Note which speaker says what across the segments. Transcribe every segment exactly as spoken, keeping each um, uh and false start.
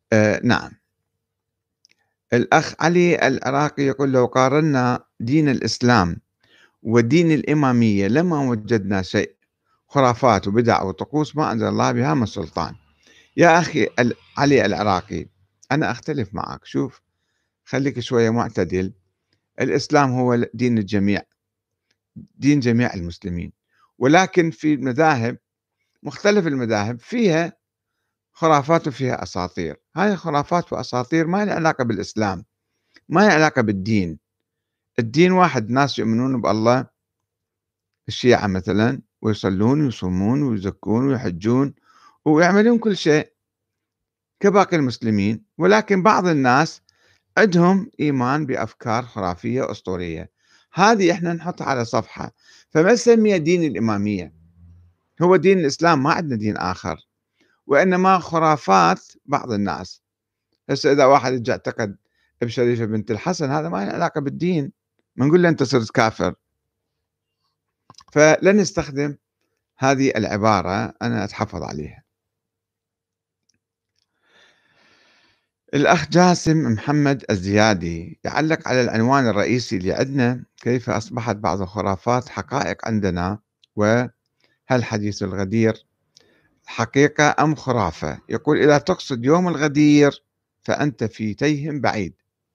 Speaker 1: آآ نعم. الأخ علي العراقي يقول: "لو قارنا دين الإسلام ودين الإمامية لما وجدنا شيء، خرافات وبدع وطقوس ما أنزل الله بها من سلطان." يا أخي ال علي العراقي، أنا أختلف معك. شوف، خليك شوية معتدل. الإسلام هو ل دين الجميع، دين جميع المسلمين، ولكن في المذاهب، مختلف المذاهب فيها خرافات وفيها أساطير. هاي الخرافات وأساطير ما لها علاقة بالإسلام، ما لها علاقة بالدين. الدين واحد، ناس يؤمنون بالله، الشيعة مثلًا، ويصلون ويصومون ويزكون ويحجون ويعملون كل شيء كباقي المسلمين، ولكن بعض الناس عندهم إيمان بأفكار خرافية أسطورية، هذه إحنا نحطها على صفحة، فما نسميها دين الإمامية. هو دين الإسلام، ما عندنا دين آخر، وإنما خرافات بعض الناس. هسه إذا واحد اجى اعتقد بشريفة بنت الحسن، هذا ما له علاقة بالدين، ما نقول له أنت صرت كافر. فلن نستخدم هذه العبارة، أنا أتحفظ عليها. الأخ جاسم محمد الزيادي يعلق على العنوان الرئيسي اللي عندنا: كيف أصبحت بعض الخرافات حقائق عندنا، وهل حديث الغدير حقيقة أم خرافة؟ يقول: إذا تقصد يوم الغدير فأنت في تيه بعيد.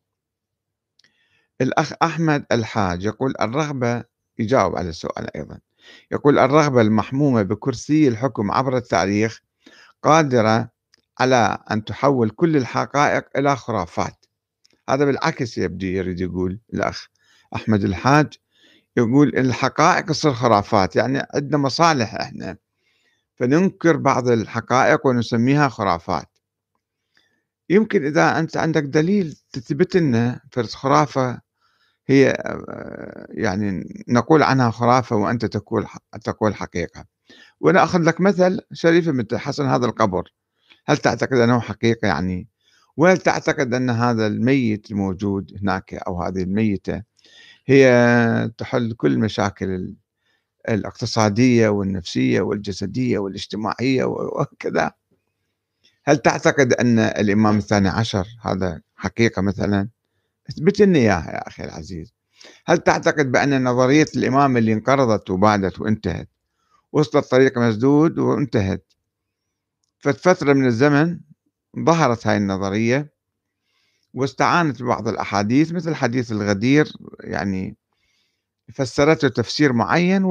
Speaker 1: الأخ أحمد الحاج يقول: الرغبة، يجاوب على السؤال أيضا، يقول: الرغبة المحمومة بكرسي الحكم عبر التاريخ قادرة على أن تحول كل الحقائق إلى خرافات. هذا بالعكس يبدو يريد يقول الأخ أحمد الحاج، يقول الحقائق تصير خرافات، يعني عندنا مصالح إحنا فننكر بعض الحقائق ونسميها خرافات. يمكن إذا أنت عندك دليل تثبت لنا فرض خرافة هي آه، يعني نقول عنها خرافة وأنت تقول تقول حقيقة. وأنا أخذ لك مثل شريف بنت الحسن، هذا القبر، هل تعتقد أنه حقيقة يعني؟ وهل تعتقد أن هذا الميت الموجود هناك أو هذه الميتة هي تحل كل مشاكل ال- الاقتصادية والنفسية والجسدية والاجتماعية وكذا؟ هل تعتقد أن الإمام الثاني عشر هذا حقيقة مثلا؟ اثبت لنا إياها يا أخي العزيز. هل تعتقد بأن نظرية الإمامة اللي انقرضت وبعدت وانتهت، وصلت طريق مسدود وانتهت، ففترة من الزمن ظهرت هاي النظرية واستعانت ببعض الأحاديث مثل حديث الغدير، يعني فسرته تفسير معين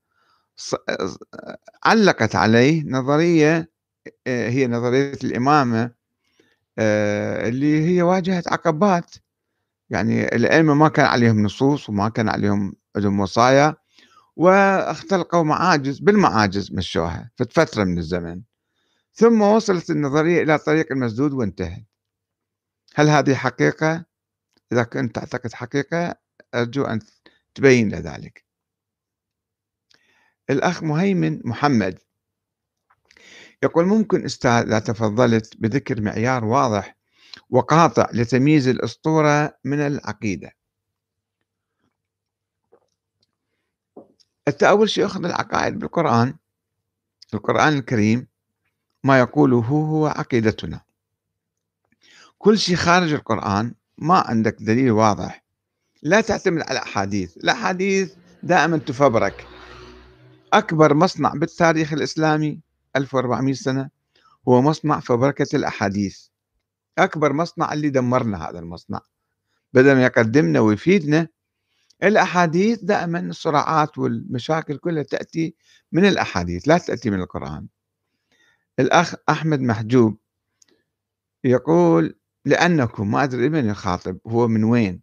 Speaker 1: وعلقت عليه نظرية، آه، هي نظرية الإمامة، آه، اللي هي واجهت عقبات. يعني الأئمة ما كان عليهم نصوص وما كان عليهم عندهم وصايا، واختلقوا معاجز، بالمعاجز مشوها في فترة من الزمن، ثم وصلت النظرية إلى طريق المسدود وانتهت. هل هذه حقيقة؟ إذا كنت تعتقد حقيقة، أرجو أن تبين لي ذلك. الأخ مهيمن محمد يقول: ممكن أستاذ إذا تفضلت بذكر معيار واضح وقاطع لتمييز الأسطورة من العقيدة؟ أنت أول شيء أخذ العقائد بالقرآن. القرآن الكريم ما يقوله هو عقيدتنا. كل شيء خارج القرآن ما عندك دليل واضح. لا تعتمد على أحاديث، الأحاديث دائما تفبرك. أكبر مصنع بالتاريخ الإسلامي ألف وأربعمئة سنة هو مصنع فبركة الأحاديث. أكبر مصنع اللي دمرنا هذا المصنع، بدل ما يقدمنا ويفيدنا. الأحاديث دائما الصراعات والمشاكل كلها تأتي من الأحاديث، لا تأتي من القرآن. الأخ أحمد محجوب يقول: لأنكم، ما أدري من يخاطب، هو من وين؟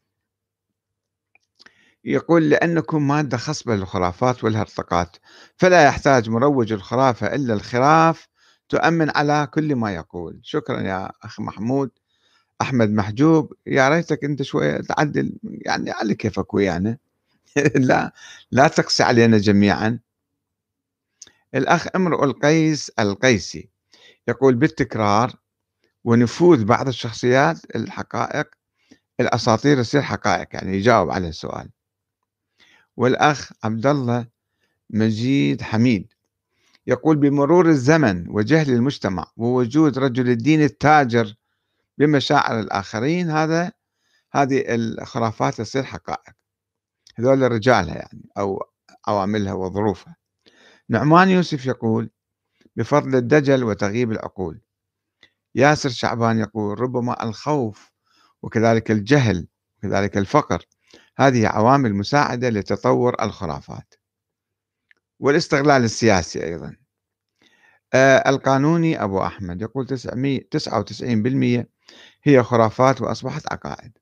Speaker 1: يقول: لأنكم مادة خصبة للخرافات والهرطقات، فلا يحتاج مروج الخرافة إلا الخراف تؤمن على كل ما يقول. شكرا يا أخ محمود أحمد محجوب، يا ريتك أنت شوية تعدل، يعني على كيفك ويانا. لا، لا تقسي علينا جميعا. الأخ امرؤ القيس القيسي يقول: بالتكرار ونفوذ بعض الشخصيات الحقائق، الأساطير تصير حقائق. يعني يجاوب على السؤال. والأخ عبد الله مجيد حميد يقول بمرور الزمن وجهل المجتمع ووجود رجل الدين التاجر بمشاعر الآخرين، هذا هذه الخرافات تصير حقائق. هذول رجالها يعني أو عواملها وظروفها. نعمان يوسف يقول بفضل الدجل وتغييب العقول. ياسر شعبان يقول ربما الخوف وكذلك الجهل وكذلك الفقر، هذه عوامل مساعدة لتطور الخرافات. والاستغلال السياسي أيضا. آه القانوني أبو أحمد يقول تسعة وتسعين بالمئة هي خرافات وأصبحت عقائد.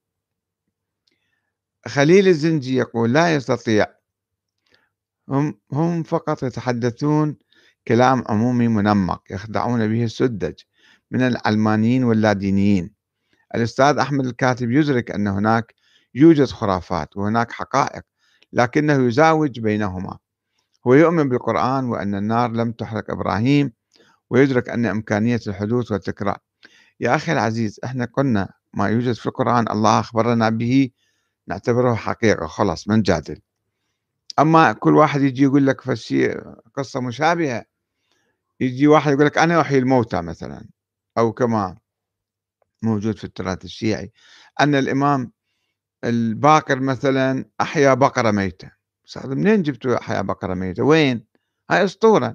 Speaker 1: خليل الزنجي يقول لا يستطيع، هم هم فقط يتحدثون كلام عمومي منمق يخدعون به السذج من العلمانيين واللادينيين. الأستاذ أحمد الكاتب يدرك أن هناك يوجد خرافات وهناك حقائق، لكنه يزاوج بينهما. هو يؤمن بالقرآن وأن النار لم تحرق إبراهيم، ويدرك أن إمكانية الحدوث والتكرار. يا أخي العزيز، إحنا قلنا ما يوجد في القرآن الله أخبرنا به نعتبره حقيقة، خلاص ما نجادل. أما كل واحد يجي يقول لك فشي قصة مشابهة، يجي واحد يقول لك أنا أحيي الموتى مثلا، أو كما موجود في التراث الشيعي أن الإمام الباقر مثلا أحيا بقرة ميتة. منين جبتوا أحيا بقرة ميتة؟ وين؟ هاي أسطورة.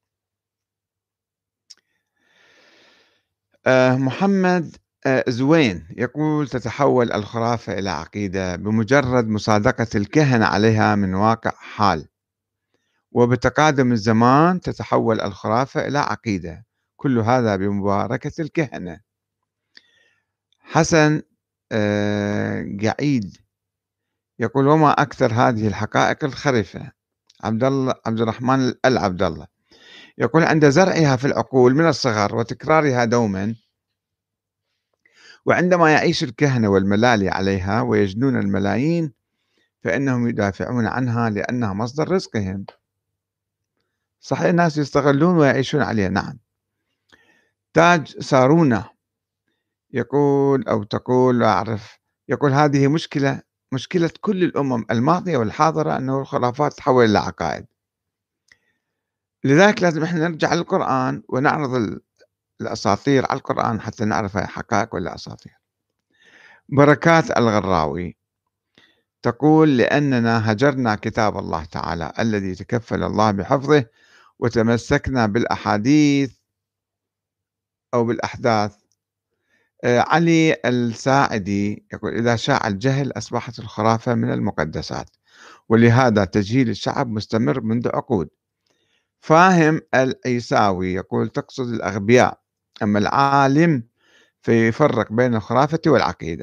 Speaker 1: آه محمد آه زوين يقول تتحول الخرافة إلى عقيدة بمجرد مصادقة الكهنة عليها من واقع حال، وبتقادم الزمان تتحول الخرافة إلى عقيدة، كل هذا بمباركة الكهنة. حسن آه قعيد يقول وما أكثر هذه الحقائق الخرفة. عبد الله عبد الرحمن العبد الله يقول عند زرعها في العقول من الصغر وتكرارها دوما، وعندما يعيش الكهنة والملالي عليها ويجنون الملايين، فإنهم يدافعون عنها لأنها مصدر رزقهم. صحيح الناس يستغلون ويعيشون عليها. نعم. تاج سارونة يقول أو تقول لا أعرف، يقول هذه مشكلة مشكلة كل الأمم الماضية والحاضرة، أنه الخرافات تحول إلى عقائد. لذلك لازم احنا نرجع للقرآن ونعرض الأساطير على القرآن حتى نعرف هي حقائق ولا أساطير. بركات الغراوي تقول لأننا هجرنا كتاب الله تعالى الذي تكفل الله بحفظه، وتمسكنا بالأحاديث أو بالأحداث. آه، علي الساعدي يقول إذا شاع الجهل أصبحت الخرافة من المقدسات، ولهذا تجهيل الشعب مستمر منذ عقود. فاهم العيساوي يقول تقصد الأغبياء، أما العالم فيفرق بين الخرافة والعقيدة.